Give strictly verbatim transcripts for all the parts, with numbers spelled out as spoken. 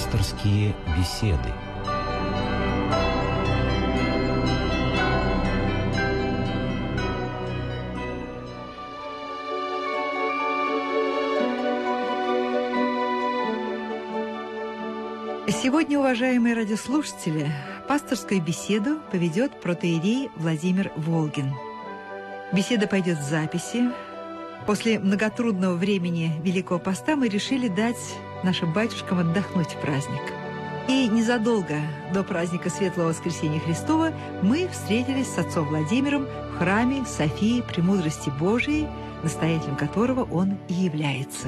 Пасторские беседы. Сегодня, уважаемые радиослушатели, пасторскую беседу поведет протоиерей Владимир Волгин. Беседа пойдет в записи. После многотрудного времени Великого Поста мы решили дать нашим батюшкам отдохнуть в праздник. И незадолго до праздника Светлого Воскресения Христова мы встретились с отцом Владимиром в храме Софии Премудрости Божией, настоятелем которого он и является.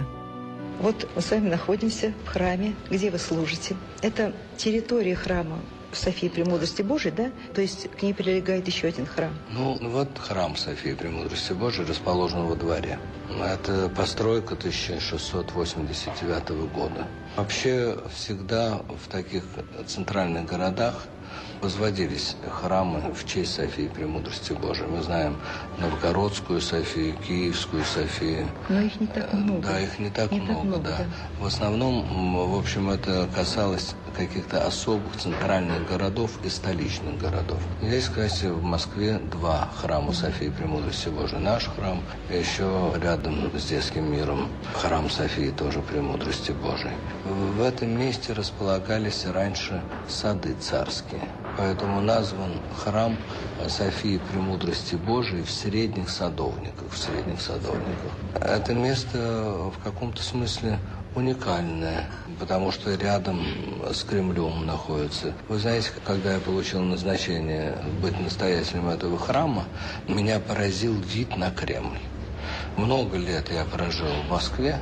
Вот мы с вами находимся в храме, где вы служите. Это территория храма Софии Премудрости Божией, да? То есть к ней прилегает еще один храм. Ну, вот храм Софии Премудрости Божией расположен во дворе. Это постройка тысяча шестьсот восемьдесят девятого года. Вообще всегда в таких центральных городах возводились храмы в честь Софии Премудрости Божией. Мы знаем Новгородскую Софию, Киевскую Софию. Но их не так много. Да, их не так не много, так много да. да. В основном, в общем, это касалось каких-то особых центральных городов и столичных городов. Здесь, кстати, в Москве два храма Софии Премудрости Божией. Наш храм, и еще рядом с детским миром храм Софии тоже Премудрости Божией. В этом месте располагались раньше сады царские. Поэтому назван храм Софии Премудрости Божией в Средних Садовниках. В Средних Садовниках. Это место в каком-то смысле уникальное, потому что рядом с Кремлем находится. Вы знаете, когда я получил назначение быть настоятелем этого храма, меня поразил вид на Кремль. Много лет я прожил в Москве,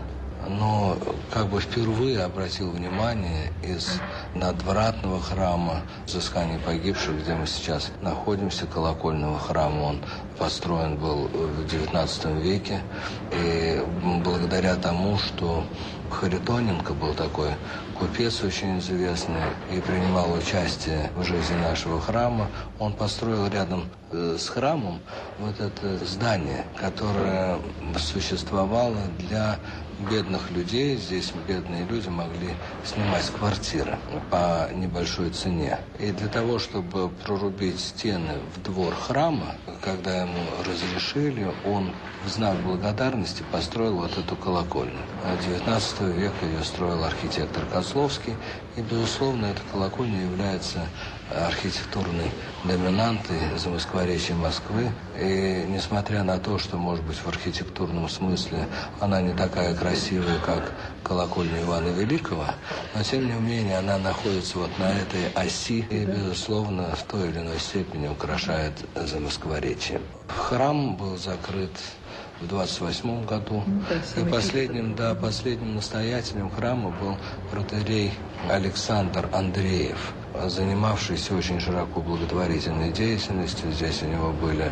но как бы впервые обратил внимание из надвратного храма взыскания погибших, где мы сейчас находимся, колокольного храма. Он построен был в девятнадцатом веке, и благодаря тому, что Харитоненко был такой купец очень известный и принимал участие в жизни нашего храма, он построил рядом с храмом вот это здание, которое существовало для бедных людей. Здесь бедные люди могли снимать квартиры по небольшой цене. И для того, чтобы прорубить стены в двор храма, когда ему разрешили, он в знак благодарности построил вот эту колокольню. девятнадцатого века ее строил архитектор Козловский, и, безусловно, эта колокольня является архитектурной доминантой Замоскворечья Москвы. И несмотря на то, что, может быть, в архитектурном смысле она не такая красивая, как колокольня Ивана Великого, но, тем не менее, она находится вот на этой оси и, безусловно, в той или иной степени украшает Замоскворечье. Храм был закрыт в двадцать восьмом году. Да, и последним, да, последним настоятелем храма был протоиерей Александр Андреев, занимавшийся очень широко благотворительной деятельностью. Здесь у него были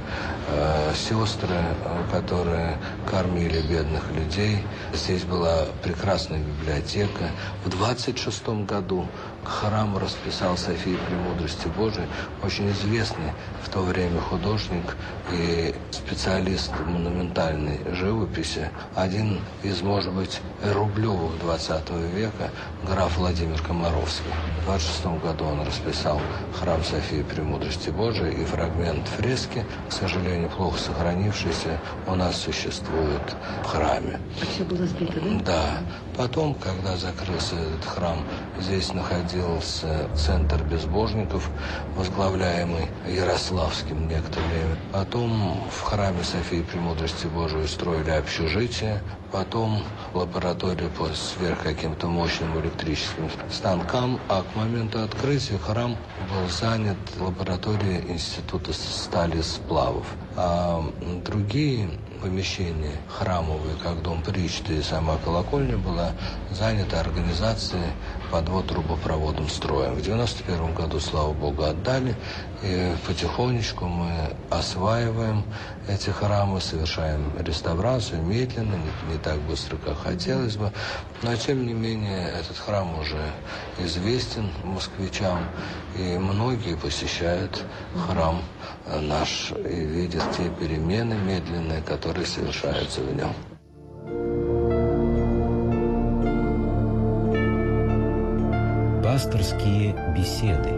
э, сестры, которые кормили бедных людей. Здесь была прекрасная библиотека. В двадцать шестом году к храму расписал Софии Премудрости Божией очень известный в то время художник и специалист монументальной живописи, один из, может быть, Рублевых двадцатого века, граф Владимир Комаровский. В двадцать шестом году он расписал храм Софии Премудрости Божией, и фрагмент фрески, к сожалению, плохо сохранившийся, у нас существует в храме. А все было сбито, да? Да. Потом, когда закрылся этот храм, здесь находился центр безбожников, возглавляемый Ярославским некоторое время. Потом в храме Софии Премудрости Божией устроили общежитие, потом лабораторию по сверх каким-то мощным электрическим станкам, а к моменту открытия храм был занят лабораторией Института стали и сплавов. А другие помещения храмовые, как дом причты и сама колокольня, была занята организацией подвод трубопроводным строем. В девяносто первом году, слава богу, отдали, и потихонечку мы осваиваем эти храмы, совершаем реставрацию медленно, не, не так быстро, как хотелось бы, но тем не менее этот храм уже известен москвичам, и многие посещают храм наш и видят те перемены медленные, которые совершаются в нем. Пасторские беседы.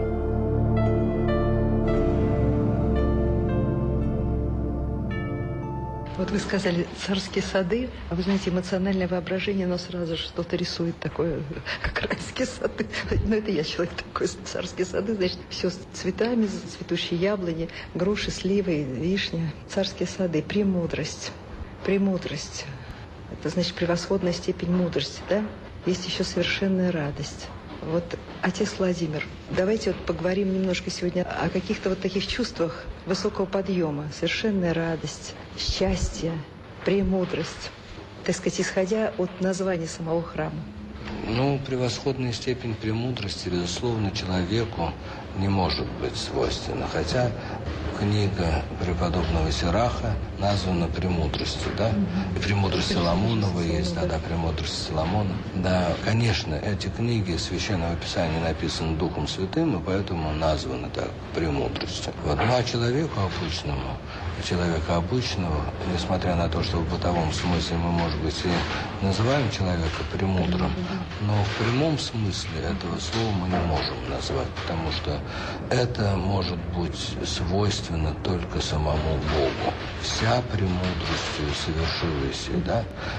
Вот вы сказали «царские сады», а вы знаете, эмоциональное воображение, оно сразу что-то рисует такое, как райские сады. Ну, это я человек такой, царские сады, значит, все с цветами, цветущие яблони, груши, сливы, вишня. Царские сады, премудрость. Премудрость. Это значит превосходная степень мудрости, да? Есть еще совершенная радость. Вот, отец Владимир, давайте вот поговорим немножко сегодня о каких-то вот таких чувствах высокого подъема. Совершенная радость, счастье, премудрость. Так сказать, исходя от названия самого храма. Ну, превосходная степень премудрости, безусловно, человеку не может быть свойственна. Хотя книга преподобного Сираха названа «Премудростью», да? И «Премудрость Соломонова» есть, да, да, «Премудрость Соломона». Да, конечно, эти книги Священного Писания написаны Духом Святым, и поэтому названы так «Премудростью». Вот. Ну, а человеку обычному, человека обычного, несмотря на то, что в бытовом смысле мы, может быть, и называем человека премудрым, но в прямом смысле этого слова мы не можем назвать, потому что это может быть свойственно только самому Богу. Вся премудростью совершилась, да?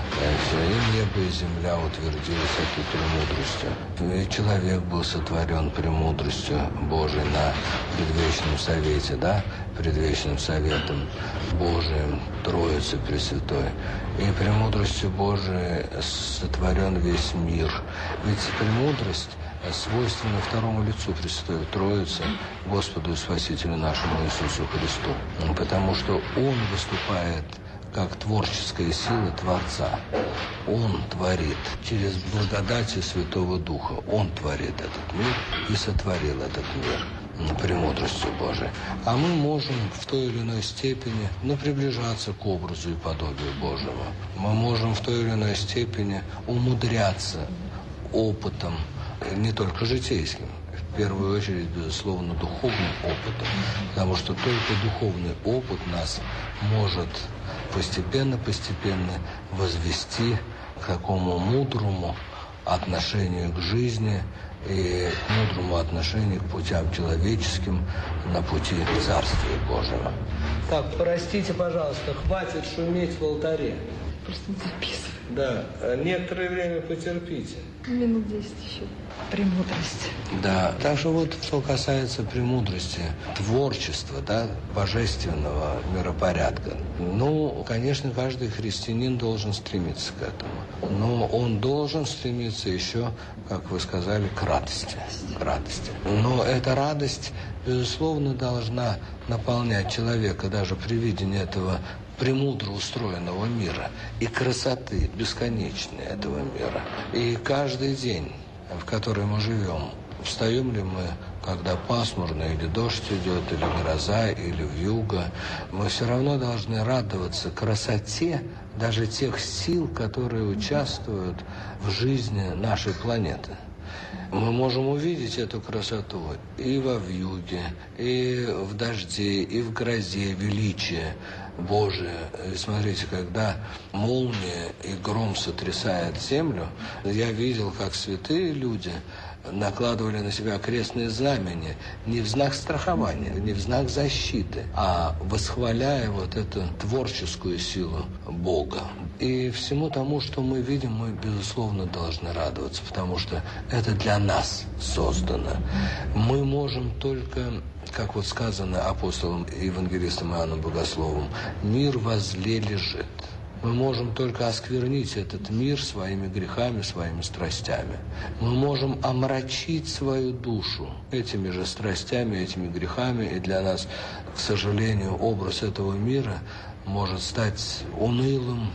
И небо, и земля утвердились этой премудростью. И человек был сотворен премудростью Божией на предвечном совете, да? Предвечным советом Божиим Троицы Пресвятой. И премудростью Божией сотворен весь мир. Ведь премудрость свойственно второму лицу Пресвятой Троицы, Господу и Спасителю нашему Иисусу Христу. Потому что Он выступает как творческая сила Творца. Он творит через благодати Святого Духа. Он творит этот мир и сотворил этот мир премудростью Божией. А мы можем в той или иной степени, ну, приближаться к образу и подобию Божьему. Мы можем в той или иной степени умудряться опытом, не только житейским, в первую очередь, безусловно, духовным опытом, потому что только духовный опыт нас может постепенно-постепенно возвести к такому мудрому отношению к жизни и к мудрому отношению к путям человеческим на пути Царствия Божьего. Так, простите, пожалуйста, хватит шуметь в алтаре. Просто не записывай. Да, некоторое время потерпите. Минут десять еще. Премудрость. Да, также вот, что касается премудрости, творчества, да, божественного миропорядка. Ну, конечно, каждый христианин должен стремиться к этому. Но он должен стремиться еще, как вы сказали, к радости. К радости. Но эта радость, безусловно, должна наполнять человека даже при видении этого премудро устроенного мира и красоты бесконечной этого мира. И каждый день, в который мы живем, встаем ли мы, когда пасмурно, или дождь идет, или гроза, или вьюга, мы все равно должны радоваться красоте даже тех сил, которые участвуют в жизни нашей планеты. Мы можем увидеть эту красоту и во вьюге, и в дожде, и в грозе, величие Божие. И смотрите, когда молния и гром сотрясает землю, я видел, как святые люди накладывали на себя крестные знамения не в знак страхования, не в знак защиты, а восхваляя вот эту творческую силу Бога. И всему тому, что мы видим, мы, безусловно, должны радоваться, потому что это для нас создано. Мы можем только, как вот сказано апостолом и евангелистом Иоанном Богословом, «Мир возле лежит». Мы можем только осквернить этот мир своими грехами, своими страстями. Мы можем омрачить свою душу этими же страстями, этими грехами. И для нас, к сожалению, образ этого мира может стать унылым.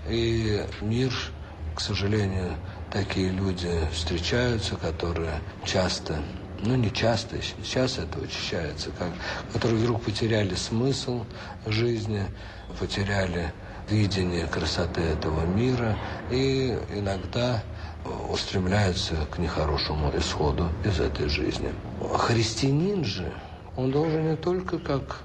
И мир, к сожалению, такие люди встречаются, которые часто, ну не часто, сейчас это учащается, как, которые вдруг потеряли смысл жизни, потеряли видение красоты этого мира и иногда устремляются к нехорошему исходу из этой жизни. Христианин же, он должен не только как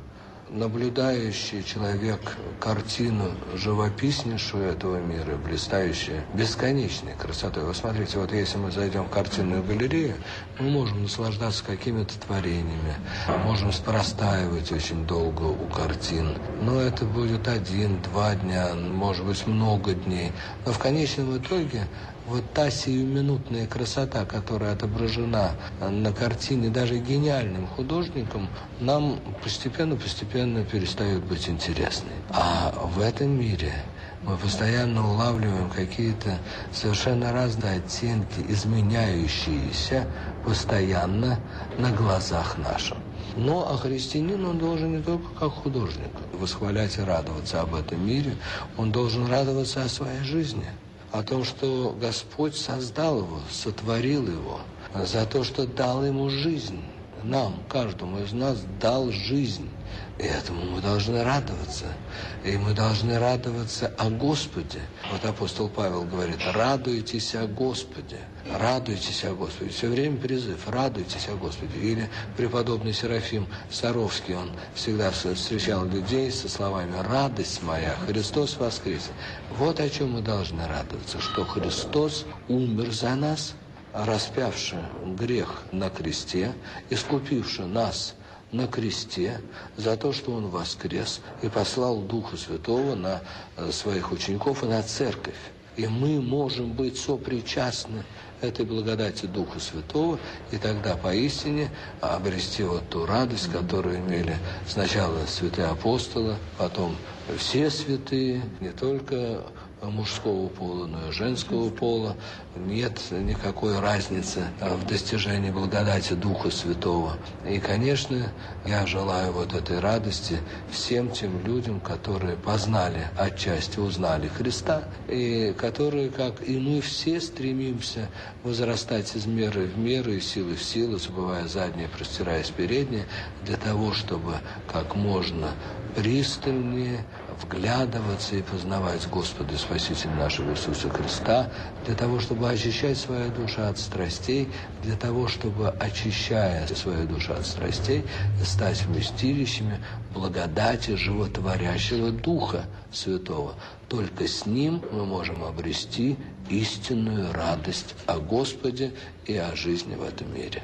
наблюдающий человек картину живописнейшую этого мира, блистающую бесконечной красотой. Вы смотрите, вот если мы зайдем в картинную галерею, мы можем наслаждаться какими-то творениями, можем простаивать очень долго у картин. Но это будет один, два дня, может быть, много дней. Но в конечном итоге вот та сиюминутная красота, которая отображена на картине даже гениальным художником, нам постепенно-постепенно перестает быть интересной. А в этом мире мы постоянно улавливаем какие-то совершенно разные оттенки, изменяющиеся постоянно на глазах наших. Но а христианин, он должен не только как художник восхвалять и радоваться об этом мире, он должен радоваться о своей жизни. О том, что Господь создал его, сотворил его, за то, что дал ему жизнь. Нам, каждому из нас, дал жизнь. И этому мы должны радоваться. И мы должны радоваться о Господе. Вот апостол Павел говорит: радуйтесь о Господе. Радуйтесь о Господе. Все время призыв: радуйтесь о Господе. Или преподобный Серафим Саровский, он всегда встречал людей со словами: радость моя, Христос воскресе. Вот о чем мы должны радоваться, что Христос умер за нас, распявший грех на кресте, искупивший нас на кресте за то, что Он воскрес и послал Духа Святого на своих учеников и на церковь. И мы можем быть сопричастны этой благодати Духа Святого, и тогда поистине обрести вот ту радость, которую имели сначала святые апостолы, потом все святые, не только мужского пола, но и женского пола. Нет никакой разницы в достижении благодати Духа Святого. И, конечно, я желаю вот этой радости всем тем людям, которые познали отчасти, узнали Христа, и которые, как и мы все, стремимся возрастать из меры в меру, из силы в силу, забывая заднее, простираясь переднее, для того, чтобы как можно пристальнее вглядываться и познавать Господа и Спасителя нашего Иисуса Христа, для того, чтобы очищать свою душу от страстей, для того, чтобы, очищая свою душу от страстей, стать вместилищами благодати животворящего Духа Святого. Только с Ним мы можем обрести истинную радость о Господе и о жизни в этом мире.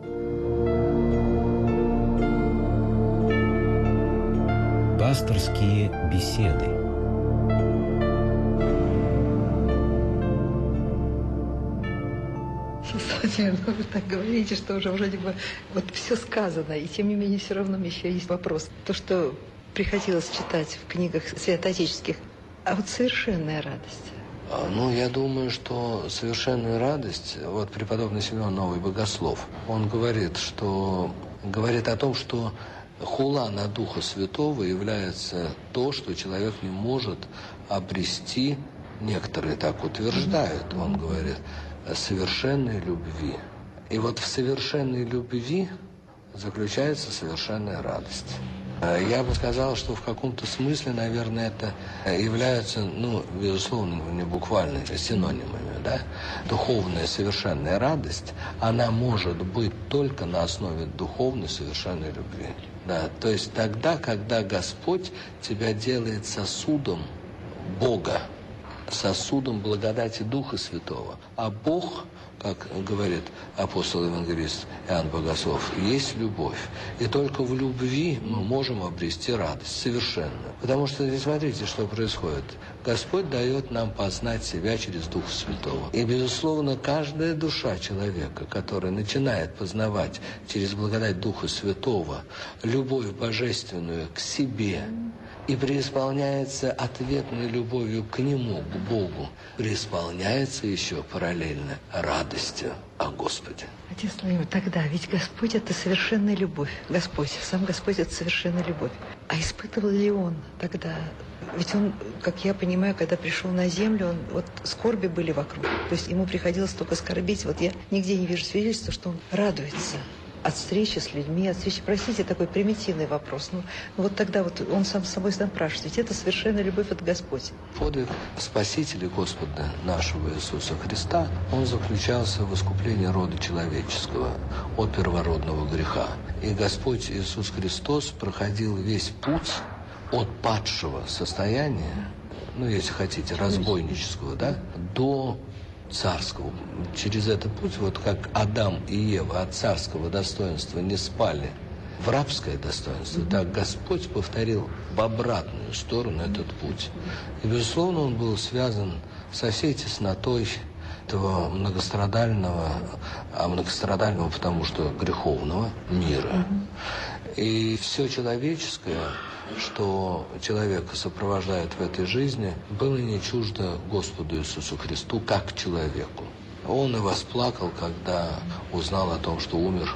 Пасторские беседы. Владимир, ну вы так говорите, что уже вроде бы вот все сказано, и тем не менее все равно еще есть вопрос. То, что приходилось читать в книгах святоотеческих, а вот совершенная радость. Ну, я думаю, что совершенную радость, вот преподобный Симеон Новый Богослов, он говорит, что говорит о том, что хула на Духа Святого является то, что человек не может обрести, некоторые так утверждают, он говорит, совершенной любви. И вот в совершенной любви заключается совершенная радость. Я бы сказал, что в каком-то смысле, наверное, это является, ну, безусловно, не буквально синонимами, да? Духовная совершенная радость, она может быть только на основе духовной совершенной любви. Да, то есть тогда, когда Господь тебя делает сосудом Бога, сосудом благодати Духа Святого, а Бог, как говорит апостол-евангелист Иоанн Богослов, есть любовь. И только в любви мы можем обрести радость совершенную. Потому что, смотрите, что происходит. Господь дает нам познать себя через Духа Святого. И, безусловно, каждая душа человека, которая начинает познавать через благодать Духа Святого любовь божественную к себе, и преисполняется ответной любовью к Нему, к Богу, преисполняется еще параллельно радостью о Господе. Отец Владимир, тогда ведь Господь – это совершенная любовь. Господь, сам Господь – это совершенная любовь. А испытывал ли Он тогда? Ведь Он, как я понимаю, когда пришел на землю, он, вот скорби были вокруг. То есть ему приходилось только скорбить. Вот я нигде не вижу свидетельства, что Он радуется. от встречи с людьми, от встречи, простите, такой примитивный вопрос. Ну, вот тогда вот он сам с собой напрашивает. Ведь это совершенно любовь от Господь. Подвиг Спасителя Господа нашего Иисуса Христа, он заключался в искуплении рода человеческого от первородного греха. И Господь Иисус Христос проходил весь путь от падшего состояния, ну, если хотите, разбойнического, да, до царского. Через этот путь, вот как Адам и Ева от царского достоинства не спали в рабское достоинство, mm-hmm. так Господь повторил в обратную сторону этот путь. И, безусловно, он был связан со всей теснотой этого многострадального, а многострадального потому что греховного мира. Mm-hmm. И все человеческое, что человека сопровождает в этой жизни, было не чуждо Господу Иисусу Христу как человеку. Он и восплакал, когда узнал о том, что умер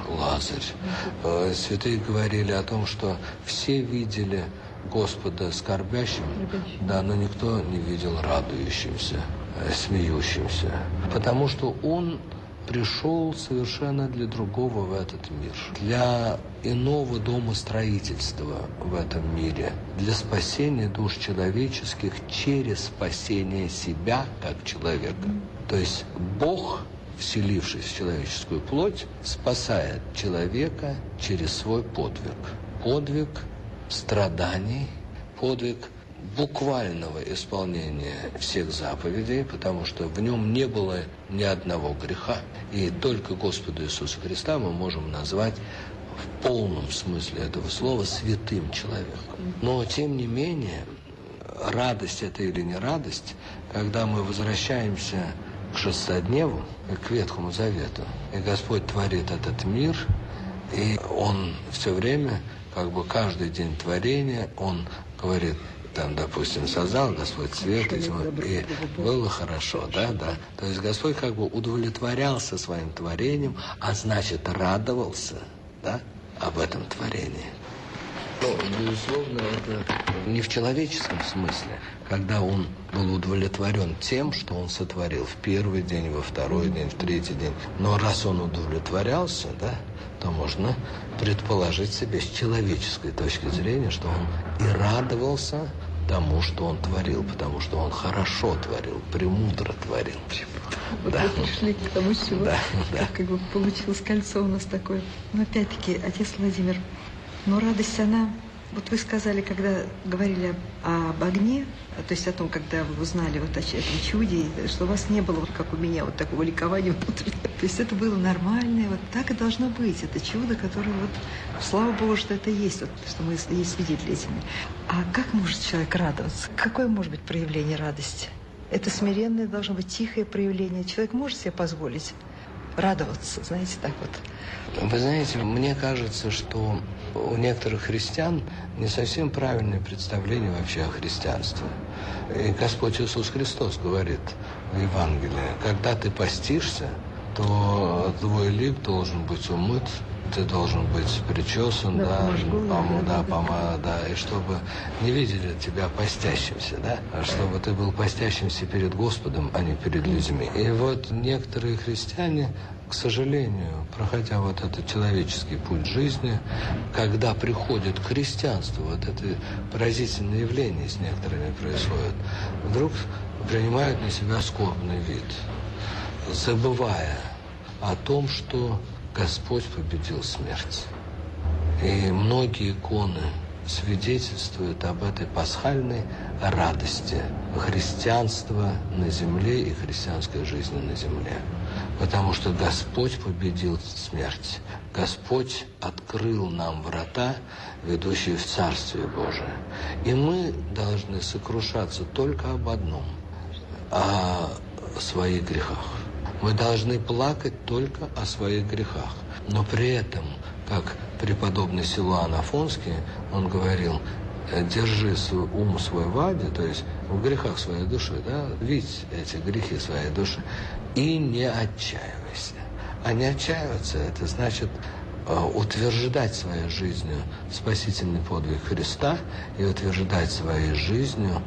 Лазарь. Святые говорили о том, что все видели Господа скорбящим, да, но никто не видел радующимся, смеющимся. Потому что Он пришел совершенно для другого в этот мир, для иного домостроительства в этом мире, для спасения душ человеческих через спасение себя как человека. То есть Бог, вселившись в человеческую плоть, спасает человека через свой подвиг. Подвиг страданий, подвиг буквального исполнения всех заповедей, потому что в нем не было ни одного греха. И только Господа Иисуса Христа мы можем назвать в полном смысле этого слова святым человеком. Но, тем не менее, радость это или не радость, когда мы возвращаемся к шестодневу, к Ветхому Завету, и Господь творит этот мир, и Он все время, как бы каждый день творения, Он говорит, там, допустим, создал Господь свет, и, и было хорошо, да, да. То есть Господь как бы удовлетворялся своим творением, а значит, радовался, да, об этом творении. Ну, безусловно, это не в человеческом смысле, когда Он был удовлетворен тем, что Он сотворил в первый день, во второй день, в третий день. Но раз Он удовлетворялся, да, то можно предположить себе с человеческой точки зрения, что Он и радовался тому, что Он творил, потому что Он хорошо творил, премудро творил. Вот да. вы пришли к тому, с чего да, да. как бы получилось кольцо у нас такое. Но опять-таки, отец Владимир, но радость, она... Вот вы сказали, когда говорили об, об огне, то есть о том, когда вы узнали вот о этом чуде, что у вас не было, вот как у меня, вот такого ликования внутреннего. То есть это было нормальное, вот так и должно быть. Это чудо, которое вот, слава Богу, что это есть, вот, что мы есть свидетели этими. А как может человек радоваться? Какое может быть проявление радости? Это смиренное, должно быть тихое проявление. Человек может себе позволить радоваться, знаете, так вот. Вы знаете, мне кажется, что у некоторых христиан не совсем правильное представление вообще о христианстве. И Господь Иисус Христос говорит в Евангелии, когда ты постишься, то твой лик должен быть умыт, ты должен быть причесан, да, да, пом, да, пома, да, и чтобы не видели тебя постящимся, да, а чтобы ты был постящимся перед Господом, а не перед людьми. И вот некоторые христиане, к сожалению, проходя вот этот человеческий путь жизни, когда приходят к христианству, вот это поразительное явление с некоторыми происходит, вдруг принимают на себя скорбный вид, забывая о том, что Господь победил смерть. И многие иконы свидетельствуют об этой пасхальной радости христианства на земле и христианской жизни на земле. Потому что Господь победил смерть. Господь открыл нам врата, ведущие в Царствие Божие. И мы должны сокрушаться только об одном – о своих грехах. Мы должны плакать только о своих грехах. Но при этом, как преподобный Силуан Афонский, он говорил, держи свой ум свой в аде, то есть в грехах своей души, да, видь эти грехи своей души, и не отчаивайся. А не отчаиваться, это значит утверждать своей жизнью спасительный подвиг Христа и утверждать своей жизнью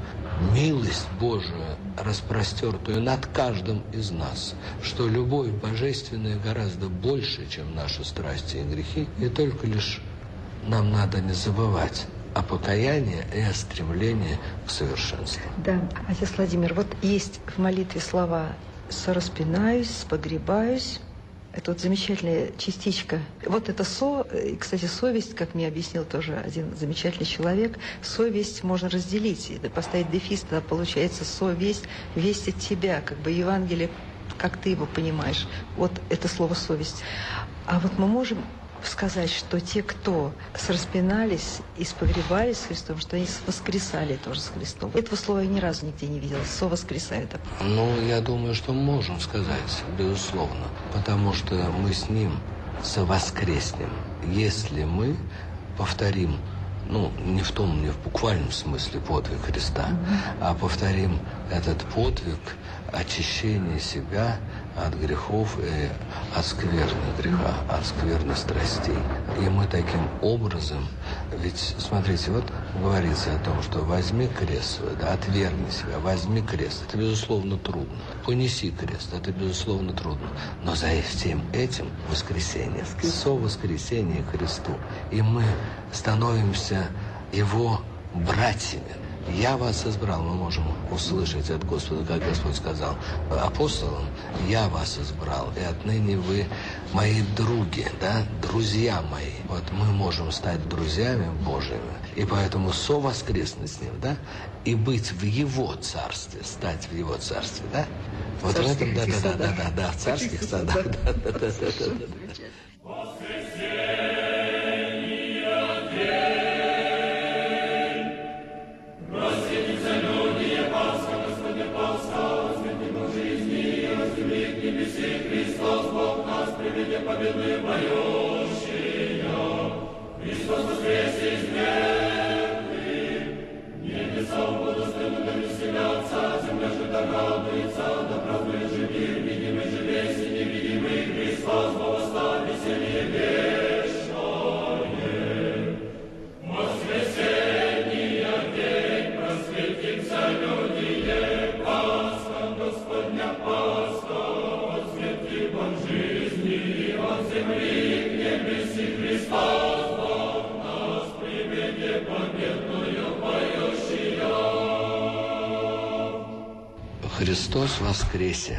милость Божию, распростертую над каждым из нас, что любовь божественная гораздо больше, чем наши страсти и грехи, и только лишь нам надо не забывать о покаянии и о стремлении к совершенству. Да, отец Владимир, вот есть в молитве слова «сораспинаюсь», «спогребаюсь». Это вот замечательная частичка. Вот это со, и, кстати, совесть, как мне объяснил тоже один замечательный человек, совесть можно разделить, поставить дефис, тогда получается совесть, весть от тебя, как бы Евангелие, как ты его понимаешь. Вот это слово совесть. А вот мы можем сказать, что те, кто сраспинались и спогребались с Христом, что они воскресали тоже с Христом. Этого слова я ни разу нигде не видела. Со-воскресают. Ну, я думаю, что можем сказать, безусловно, потому что мы с Ним совоскреснем, если мы повторим, ну, не в том, не в буквальном смысле подвиг Христа, mm-hmm. а повторим этот подвиг очищения себя от грехов и от скверны греха, от скверны страстей. И мы таким образом, ведь, смотрите, вот говорится о том, что возьми крест свой, да, отвергни себя, возьми крест. Это, безусловно, трудно. Понеси крест, это, безусловно, трудно. Но за всем этим воскресенье, совоскресение Христу. И мы становимся Его братьями. «Я вас избрал», мы можем услышать от Господа, как Господь сказал апостолам, «Я вас избрал, и отныне вы мои други», да, друзья мои. Вот мы можем стать друзьями Божьими, и поэтому совоскреснуть с Ним, да, и быть в Его Царстве, стать в Его Царстве, да. Вот в этом, да, да, да, да, да, да, в царских садах, да, да, да, да, да. Победный поющий, Христос воскресе из мертвых, небеса удостоены веселятся, земля же радуется, да празднует же мир, видимый же весь и невидимый, Христос благословен веселье вечное. Воскресенье день, просветимся люди, Пасха Господня, Пасха, от светки Бог жизни, от земли к небеси Христос, Бог нас приведет победную поющая. Христос воскресе.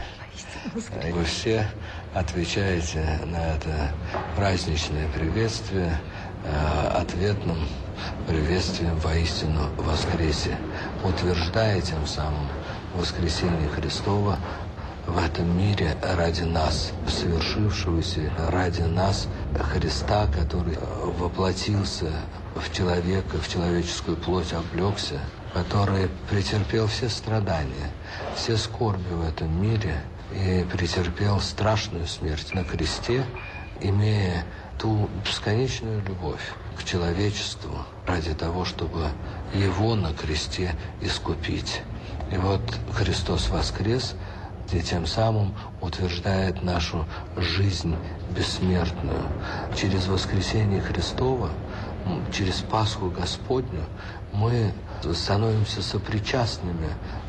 Вы все отвечаете на это праздничное приветствие э, ответным приветствием воистину воскресе, утверждая тем самым воскресение Христова в этом мире ради нас, совершившегося ради нас Христа, который воплотился в человека, в человеческую плоть облегся, который претерпел все страдания, все скорби в этом мире и претерпел страшную смерть на кресте, имея ту бесконечную любовь к человечеству ради того, чтобы его на кресте искупить. И вот Христос воскрес, и тем самым утверждает нашу жизнь бессмертную. Через воскресение Христова, через Пасху Господню мы становимся сопричастными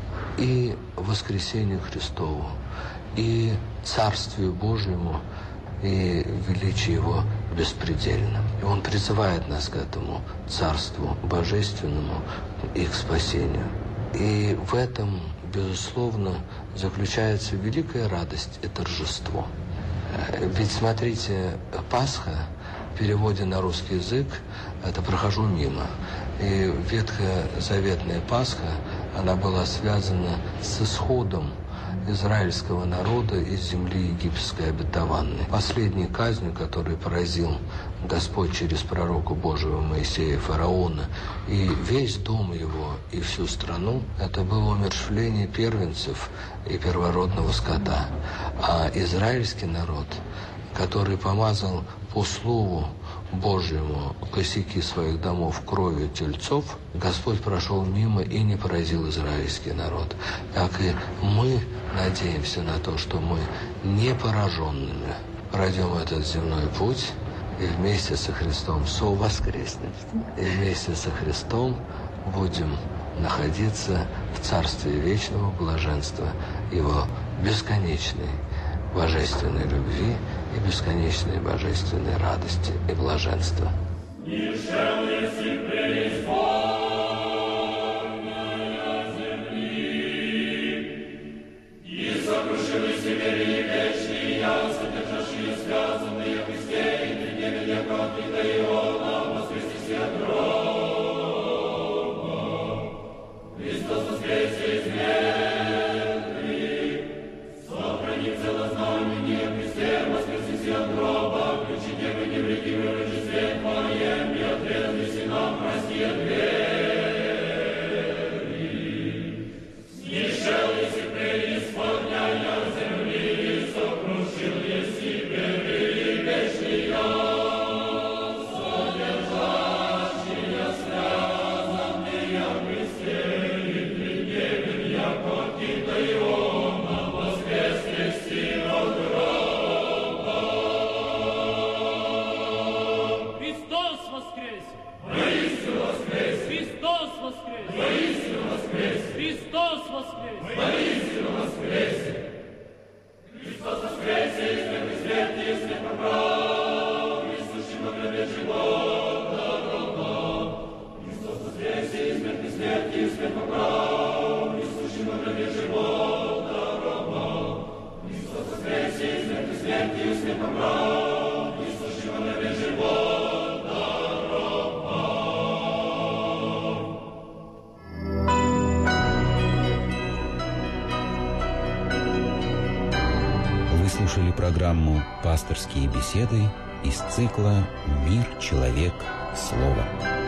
и воскресению Христову, и Царствию Божьему, и величию Его беспредельно. И Он призывает нас к этому Царству Божественному и к спасению. И в этом, безусловно, заключается великая радость и торжество. Ведь, смотрите, Пасха в переводе на русский язык – это «прохожу мимо». И ветхозаветная Пасха, она была связана с исходом израильского народа из земли египетской обетованной. Последней казнью, которую поразил Господь через пророка Божьего Моисея фараона и весь дом его, и всю страну, это было умерщвление первенцев и первородного скота. А израильский народ, который помазал по слову Божьему косяки своих домов кровью тельцов, Господь прошел мимо и не поразил израильский народ. Так и мы надеемся на то, что мы не пораженными пройдем этот земной путь и вместе со Христом совоскреснем. И вместе со Христом будем находиться в царстве вечного блаженства, Его бесконечной божественной любви и бесконечной божественной радости и блаженства. Вы слушали программу «Пасторские беседы» из цикла «Мир, человек, слово».